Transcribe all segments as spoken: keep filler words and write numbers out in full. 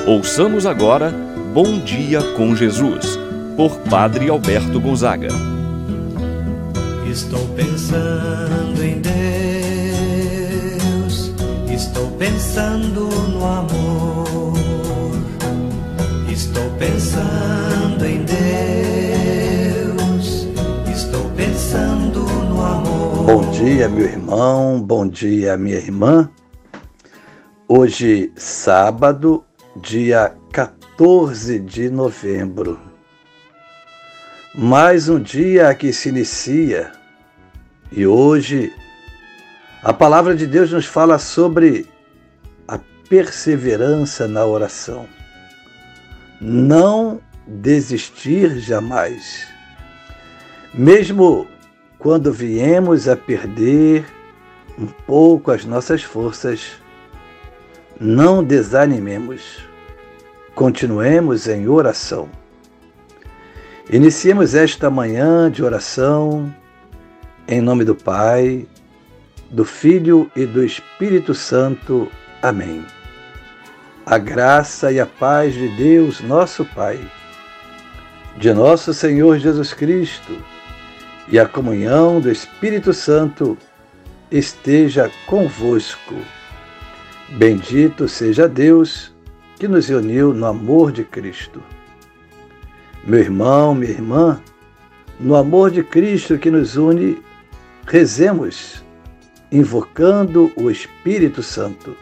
Ouçamos agora Bom Dia com Jesus, por Padre Alberto Gonzaga. Estou pensando em Deus, estou pensando no amor, estou pensando em Deus, estou pensando no amor. Bom dia, meu irmão, bom dia, minha irmã. Hoje, sábado, dia quatorze de novembro. Mais um dia que se inicia e hoje a palavra de Deus nos fala sobre a perseverança na oração. Não desistir jamais. Mesmo quando viemos a perder um pouco as nossas forças, não desanimemos. Continuemos em oração. Iniciemos esta manhã de oração em nome do Pai, do Filho e do Espírito Santo. Amém. A graça e a paz de Deus, nosso Pai, de nosso Senhor Jesus Cristo e a comunhão do Espírito Santo esteja convosco. Bendito seja Deus que nos uniu no amor de Cristo. Meu irmão, minha irmã, no amor de Cristo que nos une, rezemos, invocando o Espírito Santo.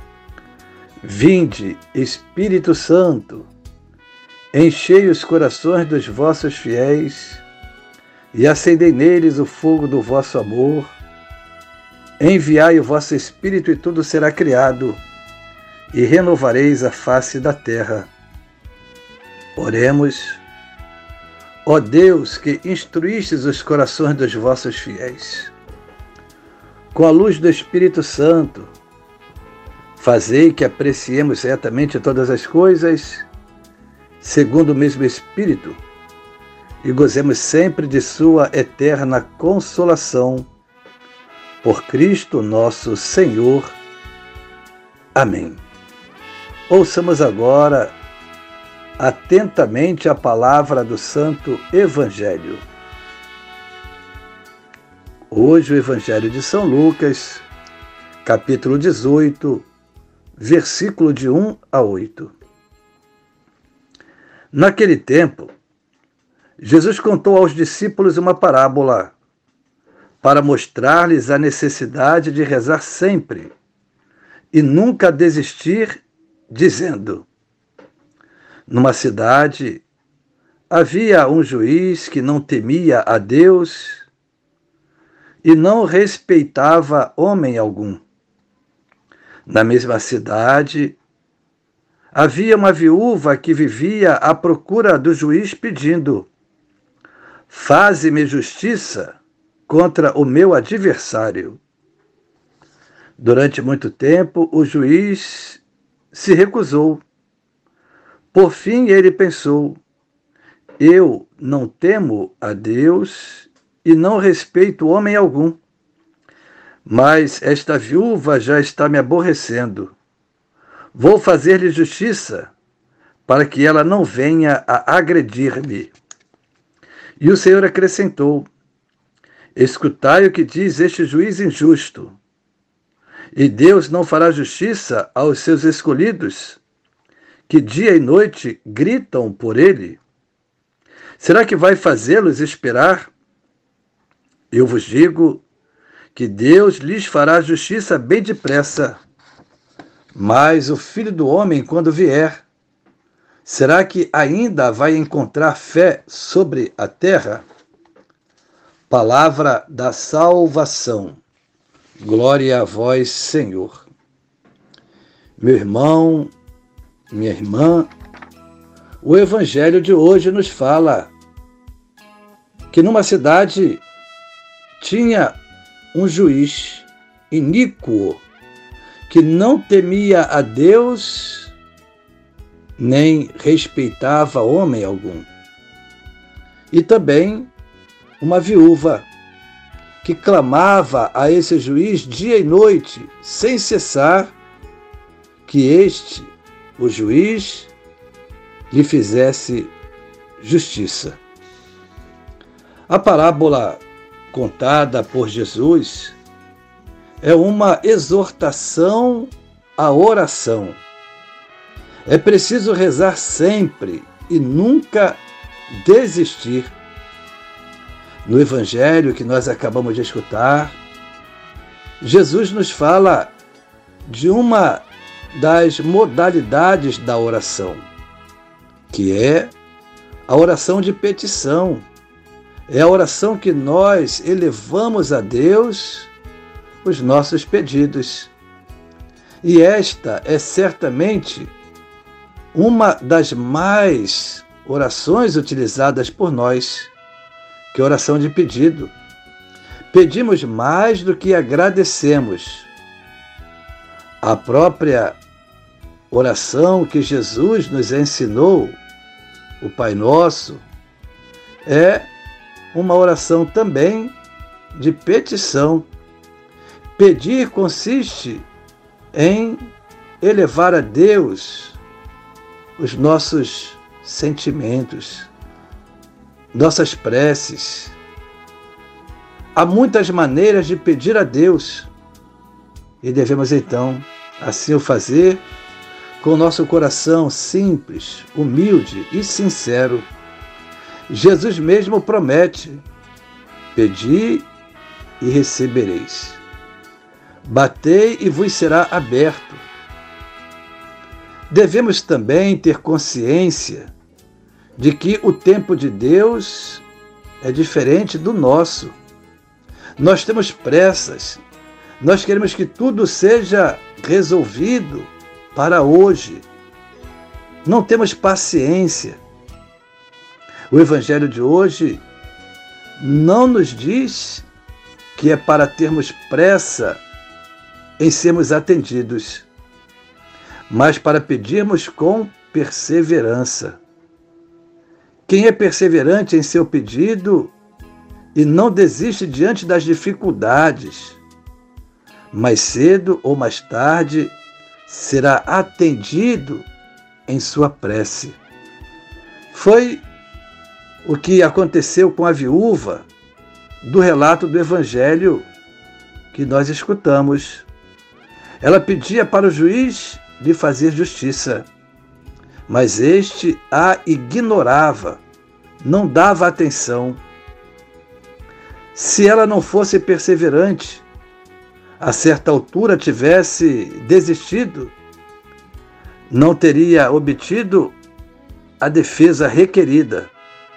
Vinde, Espírito Santo, enchei os corações dos vossos fiéis e acendei neles o fogo do vosso amor. Enviai o vosso Espírito e tudo será criado, e renovareis a face da terra. Oremos. Ó Deus, que instruístes os corações dos vossos fiéis, com a luz do Espírito Santo, fazei que apreciemos retamente todas as coisas, segundo o mesmo Espírito, e gozemos sempre de sua eterna consolação. Por Cristo nosso Senhor. Amém. Ouçamos agora atentamente a palavra do Santo Evangelho. Hoje o Evangelho de São Lucas, capítulo dezoito, versículo de um a oito. Naquele tempo, Jesus contou aos discípulos uma parábola para mostrar-lhes a necessidade de rezar sempre e nunca desistir, dizendo: numa cidade havia um juiz que não temia a Deus e não respeitava homem algum. Na mesma cidade havia uma viúva que vivia à procura do juiz pedindo: faze-me justiça contra o meu adversário. Durante muito tempo, o juiz se recusou. Por fim, ele pensou: eu não temo a Deus e não respeito homem algum, mas esta viúva já está me aborrecendo. Vou fazer-lhe justiça para que ela não venha a agredir-me. E o Senhor acrescentou: escutai o que diz este juiz injusto. E Deus não fará justiça aos seus escolhidos, que dia e noite gritam por ele? Será que vai fazê-los esperar? Eu vos digo que Deus lhes fará justiça bem depressa. Mas o Filho do Homem, quando vier, será que ainda vai encontrar fé sobre a terra? Palavra da salvação. Glória a vós, Senhor. Meu irmão, minha irmã, o Evangelho de hoje nos fala que numa cidade tinha um juiz iníquo que não temia a Deus nem respeitava homem algum. E também uma viúva que clamava a esse juiz dia e noite, sem cessar, que este o juiz lhe fizesse justiça. A parábola contada por Jesus é uma exortação à oração. É preciso rezar sempre e nunca desistir. No Evangelho que nós acabamos de escutar, Jesus nos fala de uma das modalidades da oração, que é a oração de petição. É a oração que nós elevamos a Deus os nossos pedidos. E esta é certamente uma das mais orações utilizadas por nós, que é a oração de pedido. Pedimos mais do que agradecemos. A própria oração que Jesus nos ensinou, o Pai Nosso, é uma oração também de petição. Pedir consiste em elevar a Deus os nossos sentimentos, nossas preces. Há muitas maneiras de pedir a Deus e devemos então assim o fazer com o nosso coração simples, humilde e sincero. Jesus mesmo promete: pedi e recebereis. Batei e vos será aberto. Devemos também ter consciência de que o tempo de Deus é diferente do nosso. Nós temos pressas, nós queremos que tudo seja resolvido para hoje. Não temos paciência. O Evangelho de hoje não nos diz que é para termos pressa em sermos atendidos, mas para pedirmos com perseverança. Quem é perseverante em seu pedido e não desiste diante das dificuldades, mais cedo ou mais tarde será atendido em sua prece. Foi o que aconteceu com a viúva do relato do Evangelho que nós escutamos. Ela pedia para o juiz lhe fazer justiça, mas este a ignorava, não dava atenção. Se ela não fosse perseverante, a certa altura tivesse desistido, não teria obtido a defesa requerida.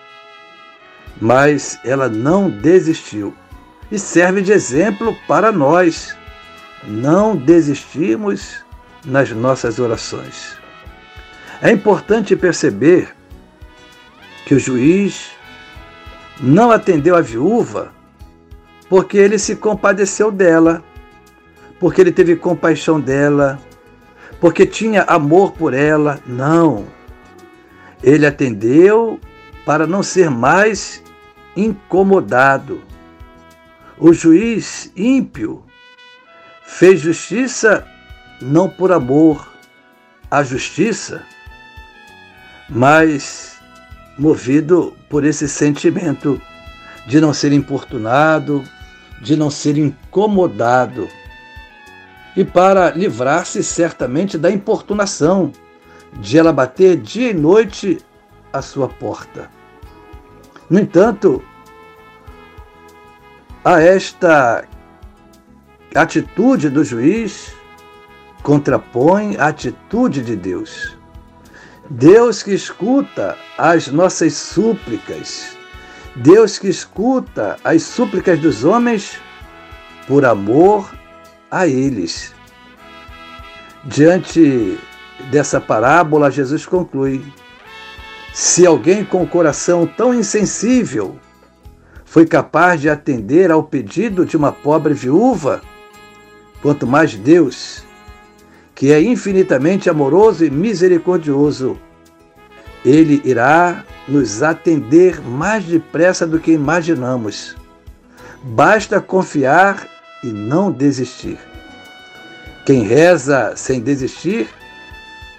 Mas ela não desistiu e serve de exemplo para nós. Não desistimos nas nossas orações. É importante perceber que o juiz não atendeu a viúva porque ele se compadeceu dela, porque ele teve compaixão dela, porque tinha amor por ela. Não. Ele atendeu para não ser mais incomodado. O juiz ímpio fez justiça não por amor à justiça, mas movido por esse sentimento de não ser importunado, de não ser incomodado, e para livrar-se certamente da importunação de ela bater dia e noite à sua porta. No entanto, a esta atitude do juiz contrapõe a atitude de Deus. Deus que escuta as nossas súplicas, Deus que escuta as súplicas dos homens por amor a eles. Diante dessa parábola, Jesus conclui: se alguém com o coração tão insensível foi capaz de atender ao pedido de uma pobre viúva, quanto mais Deus, que é infinitamente amoroso e misericordioso, Ele irá nos atender mais depressa do que imaginamos. Basta confiar e não desistir. Quem reza sem desistir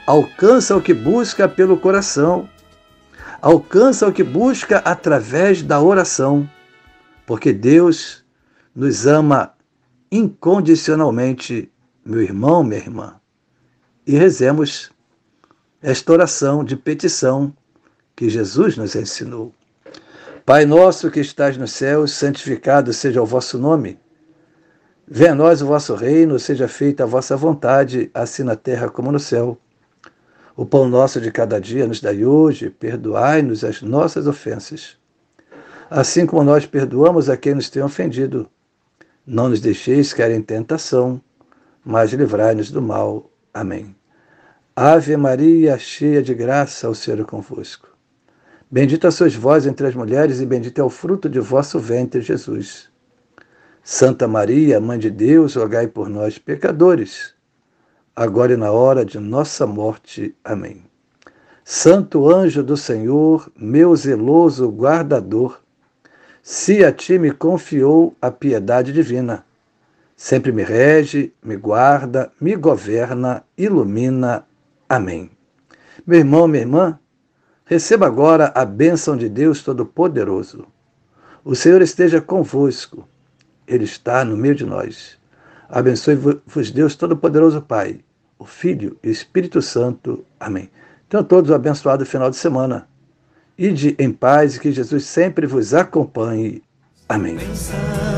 alcança o que busca pelo coração, alcança o que busca através da oração, porque Deus nos ama incondicionalmente, meu irmão, minha irmã. E rezemos esta oração de petição que Jesus nos ensinou. Pai nosso que estás nos céus, santificado seja o vosso nome. Venha a nós o vosso reino, seja feita a vossa vontade, assim na terra como no céu. O pão nosso de cada dia nos dai hoje, perdoai-nos as nossas ofensas, assim como nós perdoamos a quem nos tem ofendido. Não nos deixeis cair em tentação, mas livrai-nos do mal. Amém. Ave Maria, cheia de graça, o Senhor é convosco. Bendita sois vós entre as mulheres, e bendito é o fruto de vosso ventre, Jesus. Santa Maria, Mãe de Deus, rogai por nós, pecadores, agora e na hora de nossa morte. Amém. Santo anjo do Senhor, meu zeloso guardador, se a ti me confiou a piedade divina, sempre me rege, me guarda, me governa, ilumina. Amém. Meu irmão, minha irmã, receba agora a bênção de Deus Todo-Poderoso. O Senhor esteja convosco. Ele está no meio de nós. Abençoe-vos Deus Todo-Poderoso, Pai, o Filho e o Espírito Santo. Amém. Tenham todos um abençoado final de semana. Ide em paz e que Jesus sempre vos acompanhe. Amém.